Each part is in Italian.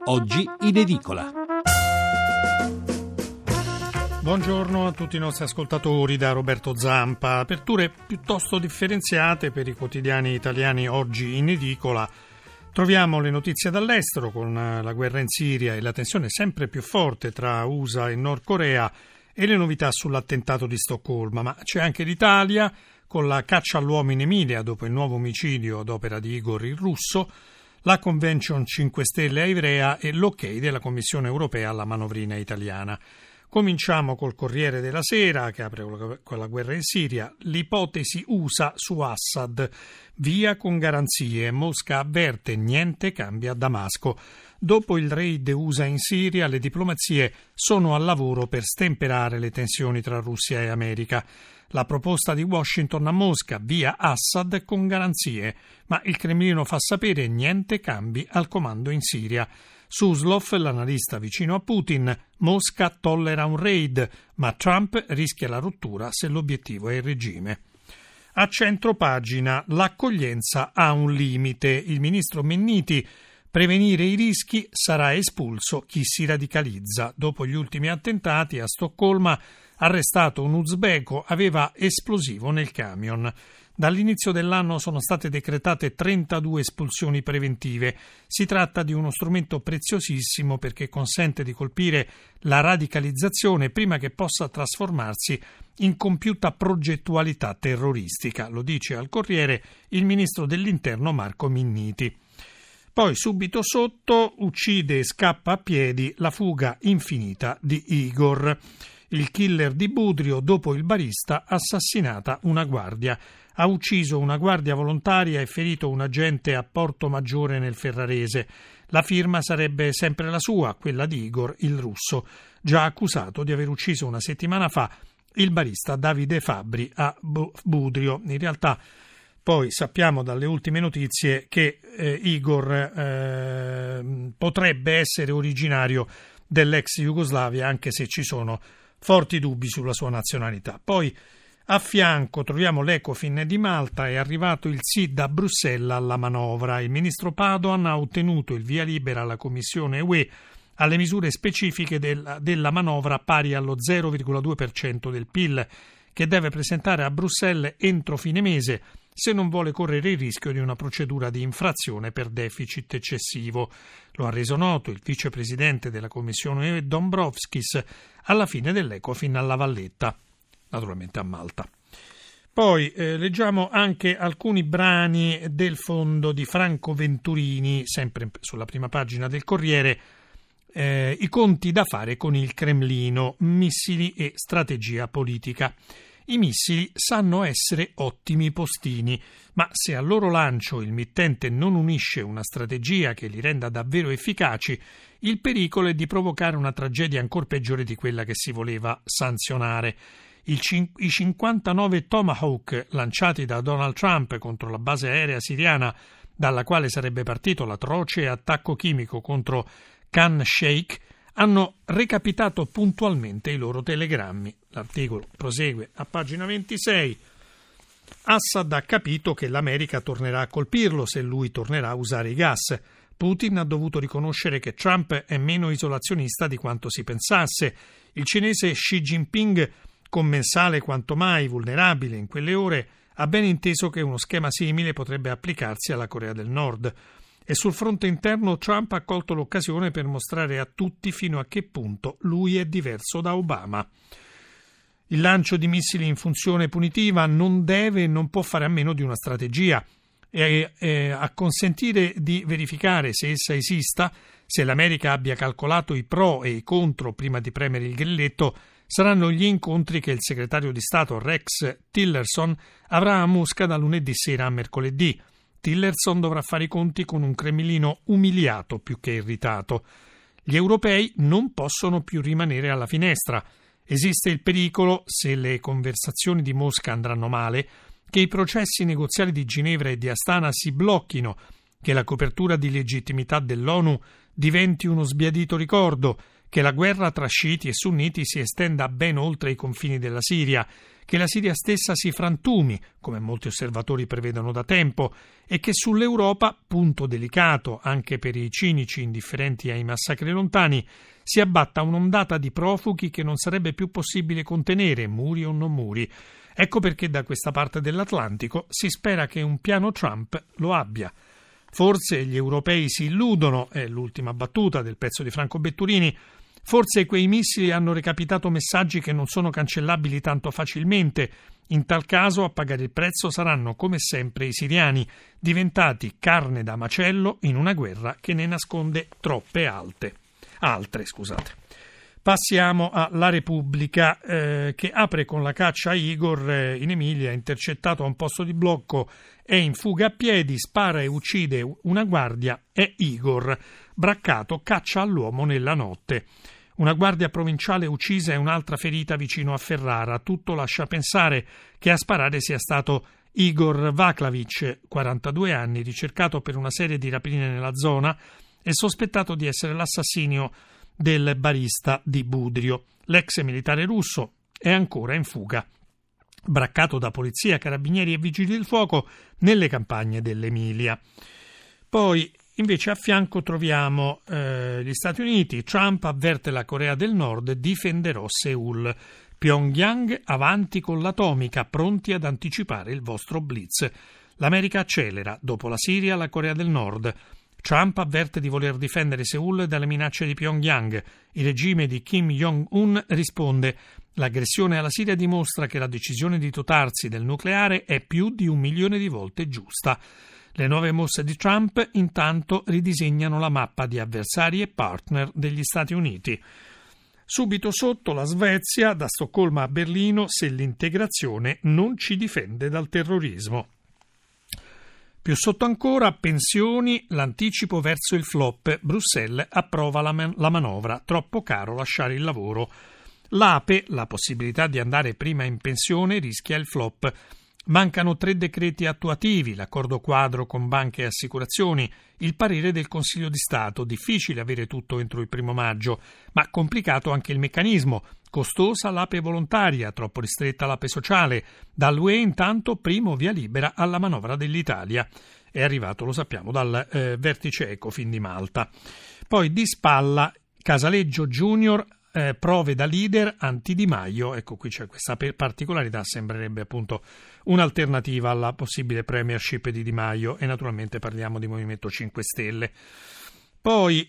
oggi in edicola. Buongiorno a tutti i nostri ascoltatori da Roberto Zampa. Aperture piuttosto differenziate per i quotidiani italiani oggi in edicola. Troviamo le notizie dall'estero con la guerra in Siria e la tensione sempre più forte tra USA e Nord Corea e le novità sull'attentato di Stoccolma, ma c'è anche l'Italia con la caccia all'uomo in Emilia dopo il nuovo omicidio ad opera di Igor il Russo, la Convention 5 Stelle a Ivrea e l'ok della Commissione europea alla manovrina italiana. Cominciamo col Corriere della Sera, che apre con la guerra in Siria. L'ipotesi USA su Assad. Via con garanzie. Mosca avverte, niente cambia a Damasco. Dopo il raid USA in Siria, le diplomazie sono al lavoro per stemperare le tensioni tra Russia e America. La proposta di Washington a Mosca, via Assad con garanzie, ma il Cremlino fa sapere niente cambi al comando in Siria. Suslov, l'analista vicino a Putin, Mosca tollera un raid, ma Trump rischia la rottura se l'obiettivo è il regime. A centropagina, l'accoglienza ha un limite. Il ministro Minniti, prevenire i rischi, sarà espulso chi si radicalizza. Dopo gli ultimi attentati a Stoccolma, arrestato un uzbeko, aveva esplosivo nel camion. Dall'inizio dell'anno sono state decretate 32 espulsioni preventive. Si tratta di uno strumento preziosissimo perché consente di colpire la radicalizzazione prima che possa trasformarsi in compiuta progettualità terroristica, lo dice al Corriere il ministro dell'Interno Marco Minniti. Poi subito sotto uccide e scappa a piedi la fuga infinita di Igor. Il killer di Budrio, dopo il barista, assassinata una guardia. Ha ucciso una guardia volontaria e ferito un agente a Porto Maggiore nel Ferrarese. La firma sarebbe sempre la sua, quella di Igor il Russo, già accusato di aver ucciso una settimana fa il barista Davide Fabbri a Budrio. In realtà poi sappiamo dalle ultime notizie che Igor potrebbe essere originario dell'ex Jugoslavia, anche se ci sono forti dubbi sulla sua nazionalità. Poi a fianco troviamo l'Ecofin di Malta. È arrivato il sì da Bruxelles alla manovra. Il ministro Padoan ha ottenuto il via libera alla Commissione UE alle misure specifiche della manovra pari allo 0,2% del PIL che deve presentare a Bruxelles entro fine mese se non vuole correre il rischio di una procedura di infrazione per deficit eccessivo. Lo ha reso noto il vicepresidente della Commissione UE Dombrovskis alla fine dell'Ecofin alla Valletta, naturalmente a Malta. Poi leggiamo anche alcuni brani del fondo di Franco Venturini, sempre sulla prima pagina del Corriere, i conti da fare con il Cremlino, missili e strategia politica. I missili sanno essere ottimi postini, ma se al loro lancio il mittente non unisce una strategia che li renda davvero efficaci, il pericolo è di provocare una tragedia ancor peggiore di quella che si voleva sanzionare. I 59 Tomahawk lanciati da Donald Trump contro la base aerea siriana dalla quale sarebbe partito l'atroce attacco chimico contro Khan Sheikh hanno recapitato puntualmente i loro telegrammi. L'articolo prosegue a pagina 26. Assad ha capito che l'America tornerà a colpirlo se lui tornerà a usare i gas. Putin ha dovuto riconoscere che Trump è meno isolazionista di quanto si pensasse. Il cinese Xi Jinping, commensale quanto mai vulnerabile in quelle ore, ha ben inteso che uno schema simile potrebbe applicarsi alla Corea del Nord. E sul fronte interno Trump ha colto l'occasione per mostrare a tutti fino a che punto lui è diverso da Obama. Il lancio di missili in funzione punitiva non deve e non può fare a meno di una strategia e a consentire di verificare se essa esista, se l'America abbia calcolato i pro e i contro prima di premere il grilletto, saranno gli incontri che il segretario di Stato Rex Tillerson avrà a Mosca da lunedì sera a mercoledì. Tillerson dovrà fare i conti con un Cremlino umiliato più che irritato. Gli europei non possono più rimanere alla finestra. Esiste il pericolo, se le conversazioni di Mosca andranno male, che i processi negoziali di Ginevra e di Astana si blocchino, che la copertura di legittimità dell'ONU diventi uno sbiadito ricordo, che la guerra tra sciiti e sunniti si estenda ben oltre i confini della Siria, che la Siria stessa si frantumi, come molti osservatori prevedono da tempo, e che sull'Europa, punto delicato anche per i cinici indifferenti ai massacri lontani, si abbatta un'ondata di profughi che non sarebbe più possibile contenere, muri o non muri. Ecco perché da questa parte dell'Atlantico si spera che un piano Trump lo abbia. Forse gli europei si illudono, è l'ultima battuta del pezzo di Franco Betturini, forse quei missili hanno recapitato messaggi che non sono cancellabili tanto facilmente. In tal caso a pagare il prezzo saranno come sempre i siriani, diventati carne da macello in una guerra che ne nasconde troppe altre. Passiamo alla Repubblica che apre con la caccia a Igor in Emilia, intercettato a un posto di blocco, è in fuga a piedi, spara e uccide una guardia, è Igor, braccato, caccia all'uomo nella notte. Una guardia provinciale uccisa e un'altra ferita vicino a Ferrara. Tutto lascia pensare che a sparare sia stato Igor Vaklavic, 42 anni, ricercato per una serie di rapine nella zona e sospettato di essere l'assassino del barista di Budrio. L'ex militare russo è ancora in fuga, braccato da polizia, carabinieri e vigili del fuoco nelle campagne dell'Emilia. Poi invece a fianco troviamo gli Stati Uniti. Trump avverte la Corea del Nord, difenderò Seul. Pyongyang avanti con l'atomica, pronti ad anticipare il vostro blitz. L'America accelera, dopo la Siria la Corea del Nord. Trump avverte di voler difendere Seul dalle minacce di Pyongyang. Il regime di Kim Jong-un risponde: l'aggressione alla Siria dimostra che la decisione di dotarsi del nucleare è più di 1 milione di volte giusta. Le nuove mosse di Trump intanto ridisegnano la mappa di avversari e partner degli Stati Uniti. Subito sotto la Svezia, da Stoccolma a Berlino, se l'integrazione non ci difende dal terrorismo. Più sotto ancora, pensioni, l'anticipo verso il flop. Bruxelles approva la manovra, troppo caro lasciare il lavoro. L'APE, la possibilità di andare prima in pensione, rischia il flop. Mancano 3 decreti attuativi, l'accordo quadro con banche e assicurazioni, il parere del Consiglio di Stato, difficile avere tutto entro il 1 maggio, ma complicato anche il meccanismo, costosa l'APE volontaria, troppo ristretta l'APE sociale, dall'UE intanto primo via libera alla manovra dell'Italia. È arrivato, lo sappiamo, dal vertice Ecofin di Malta. Poi di spalla Casaleggio Junior, prove da leader anti-Di Maio. Ecco, qui c'è questa particolarità, sembrerebbe appunto un'alternativa alla possibile premiership di Di Maio, e naturalmente parliamo di Movimento 5 Stelle. Poi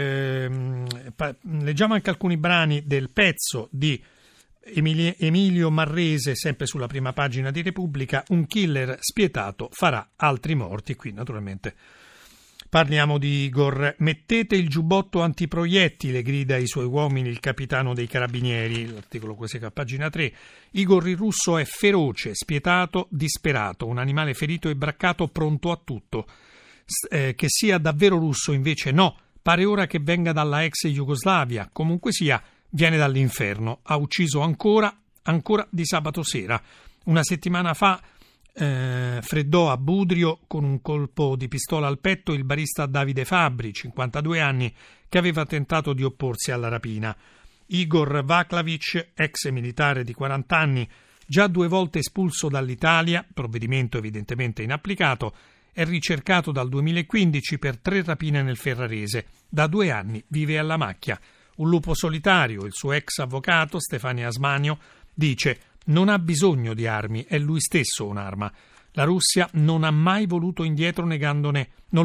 leggiamo anche alcuni brani del pezzo di Emilio Marrese, sempre sulla prima pagina di Repubblica. Un killer spietato farà altri morti. Qui naturalmente parliamo di Igor. Mettete il giubbotto antiproiettile, grida ai suoi uomini il capitano dei carabinieri. L'articolo questo a pagina 3. Igor il russo è feroce, spietato, disperato, un animale ferito e braccato pronto a tutto. Che sia davvero russo invece no, pare ora che venga dalla ex Jugoslavia, comunque sia viene dall'inferno. Ha ucciso ancora di sabato sera. Una settimana fa freddò a Budrio con un colpo di pistola al petto il barista Davide Fabbri, 52 anni, che aveva tentato di opporsi alla rapina. Igor Vaklavic, ex militare di 40 anni, già 2 volte espulso dall'Italia, provvedimento evidentemente inapplicato, è ricercato dal 2015 per 3 rapine nel Ferrarese. Da 2 anni vive alla macchia. Un lupo solitario, il suo ex avvocato Stefania Asmanio, dice: non ha bisogno di armi, è lui stesso un'arma. La Russia non lo ha mai voluto indietro negandone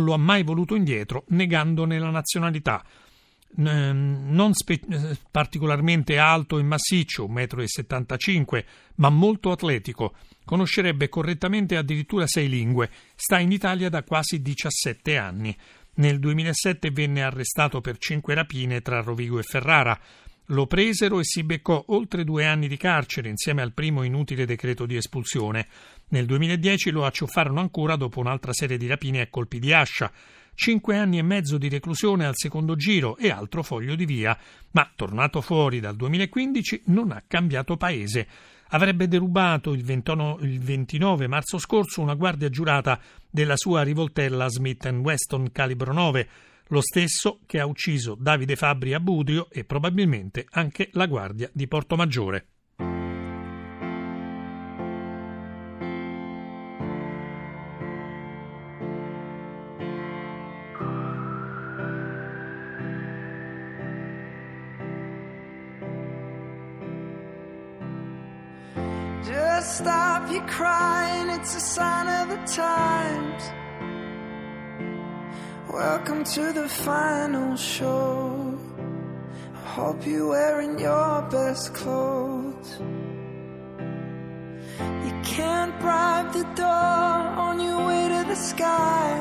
la nazionalità. Non particolarmente alto e massiccio, 1,75 m, ma molto atletico. Conoscerebbe correttamente addirittura 6 lingue. Sta in Italia da quasi 17 anni. Nel 2007 venne arrestato per 5 rapine tra Rovigo e Ferrara. Lo presero e si beccò oltre 2 anni di carcere insieme al primo inutile decreto di espulsione. Nel 2010 lo acciuffarono ancora dopo un'altra serie di rapine a colpi di ascia. 5 anni e mezzo di reclusione al secondo giro e altro foglio di via, ma tornato fuori dal 2015 non ha cambiato paese. Avrebbe derubato il 29 marzo scorso una guardia giurata della sua rivoltella Smith & Wesson calibro 9. lo stesso che ha ucciso Davide Fabbri a Budrio e probabilmente anche la guardia di Portomaggiore. Just stop your crying, it's a sign of the times. Welcome to the final show. I hope you're wearing your best clothes. You can't bribe the door on your way to the sky.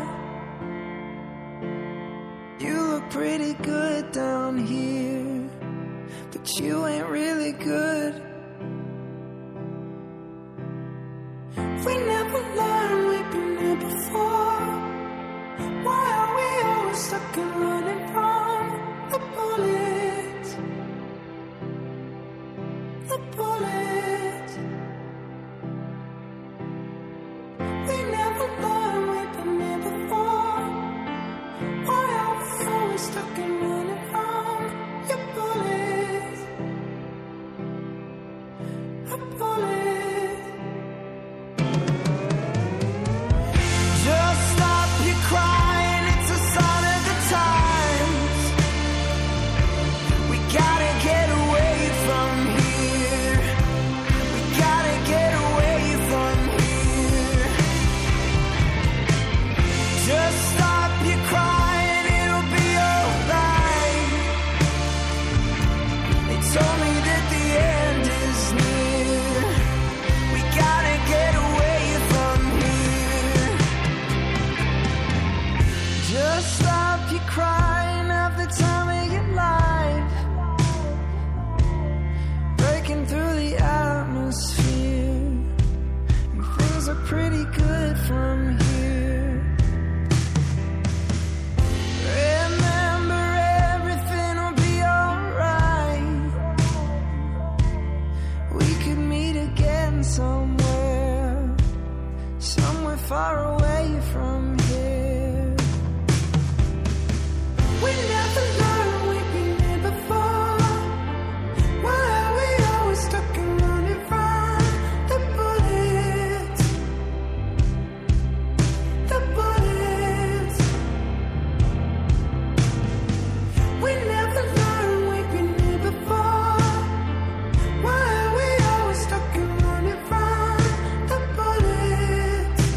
You look pretty good down here, but you ain't really good. We never learned, we've been here before. Why are we always stuck and running from the bullets? The bullets. We never learned, we've been here before. Why are we always stuck and running from your bullets? The bullets. Pretty good from here. Remember, everything will be alright. We could meet again somewhere, somewhere far away from here. We never learned, we've been here before. Why are we always stuck and running from the bullets? The bullets. We never learned, we've been here before. Why are we always stuck and running from the bullets?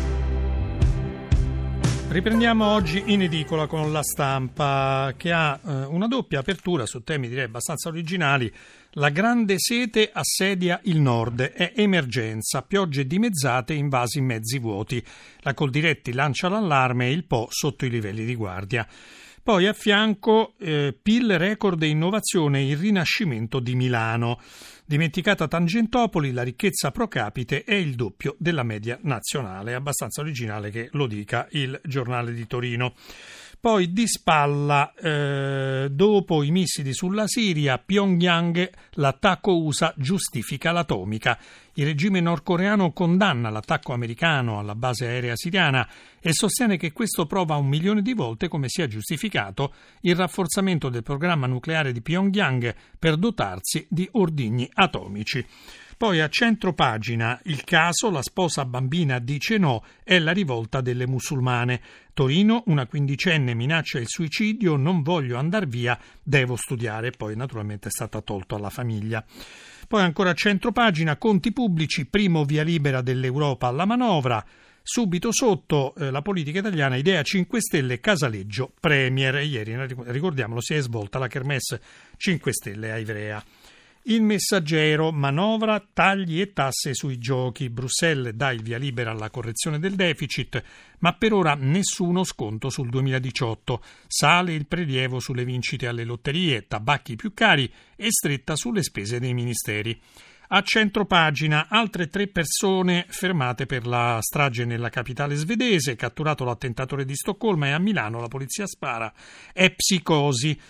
Riprendiamo oggi in edicola con La Stampa, che ha una doppia apertura su temi direi abbastanza originali. La grande sete assedia il nord, è emergenza, piogge dimezzate, invasi mezzi vuoti. La Coldiretti lancia l'allarme e il Po sotto i livelli di guardia. Poi a fianco PIL record e innovazione, il rinascimento di Milano. Dimenticata Tangentopoli, la ricchezza pro capite è il doppio della media nazionale. È abbastanza originale che lo dica il Giornale di Torino. Poi di spalla, dopo i missili sulla Siria, Pyongyang, l'attacco USA giustifica l'atomica. Il regime nordcoreano condanna l'attacco americano alla base aerea siriana e sostiene che questo prova 1 milione di volte come sia giustificato il rafforzamento del programma nucleare di Pyongyang per dotarsi di ordigni atomici. Poi a centropagina il caso, la sposa bambina dice no, è la rivolta delle musulmane. Torino, una quindicenne minaccia il suicidio, non voglio andar via, devo studiare. Poi naturalmente è stata tolta alla famiglia. Poi ancora a centropagina, conti pubblici, primo via libera dell'Europa alla manovra. Subito sotto la politica italiana, idea 5 Stelle, Casaleggio, premier. Ieri, ricordiamolo, si è svolta la Kermesse 5 Stelle a Ivrea. Il Messaggero, manovra, tagli e tasse sui giochi. Bruxelles dà il via libera alla correzione del deficit, ma per ora nessuno sconto sul 2018. Sale il prelievo sulle vincite alle lotterie, tabacchi più cari e stretta sulle spese dei ministeri. A centropagina, altre 3 persone fermate per la strage nella capitale svedese, catturato l'attentatore di Stoccolma e a Milano la polizia spara. È psicosi.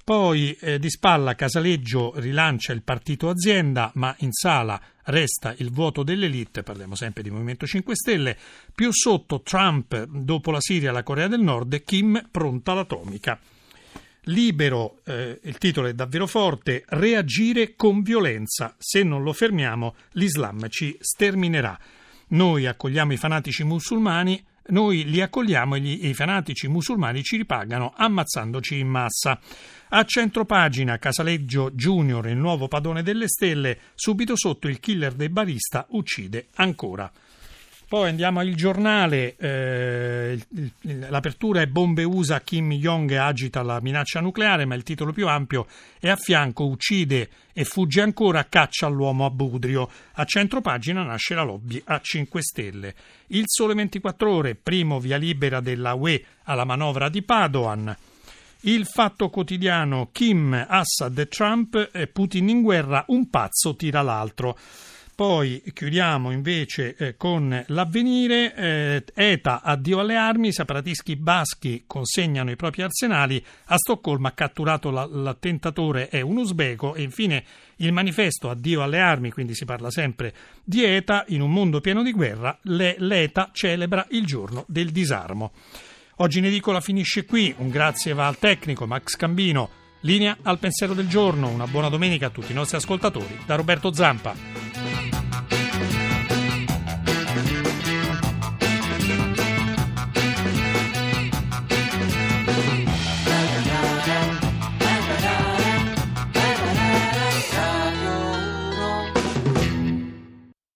Poi di spalla Casaleggio rilancia il partito azienda, ma in sala resta il voto dell'elite, parliamo sempre di Movimento 5 Stelle, più sotto Trump, dopo la Siria e la Corea del Nord, Kim pronta l'atomica. Libero, il titolo è davvero forte, reagire con violenza, se non lo fermiamo l'Islam ci sterminerà. Noi accogliamo i fanatici musulmani, noi li accogliamo e i fanatici musulmani ci ripagano ammazzandoci in massa. A centropagina Casaleggio Junior, il nuovo padrone delle stelle, subito sotto il killer del barista uccide ancora. Poi andiamo al giornale, l'apertura è bombe USA, Kim Jong agita la minaccia nucleare, ma il titolo più ampio è a fianco, uccide e fugge ancora, caccia all'uomo a Budrio. A centropagina nasce la lobby a 5 Stelle. Il Sole 24 Ore, primo via libera della UE alla manovra di Padoan. Il Fatto Quotidiano, Kim, Assad e Trump, Putin in guerra, un pazzo tira l'altro. Poi chiudiamo invece con l'Avvenire, ETA addio alle armi, i separatisti baschi consegnano i propri arsenali, a Stoccolma catturato l'attentatore è un uzbeko e infine il manifesto addio alle armi, quindi si parla sempre di ETA, in un mondo pieno di guerra, l'ETA celebra il giorno del disarmo. Oggi in edicola finisce qui, un grazie va al tecnico Max Cambino, linea al pensiero del giorno, una buona domenica a tutti i nostri ascoltatori da Roberto Zampa.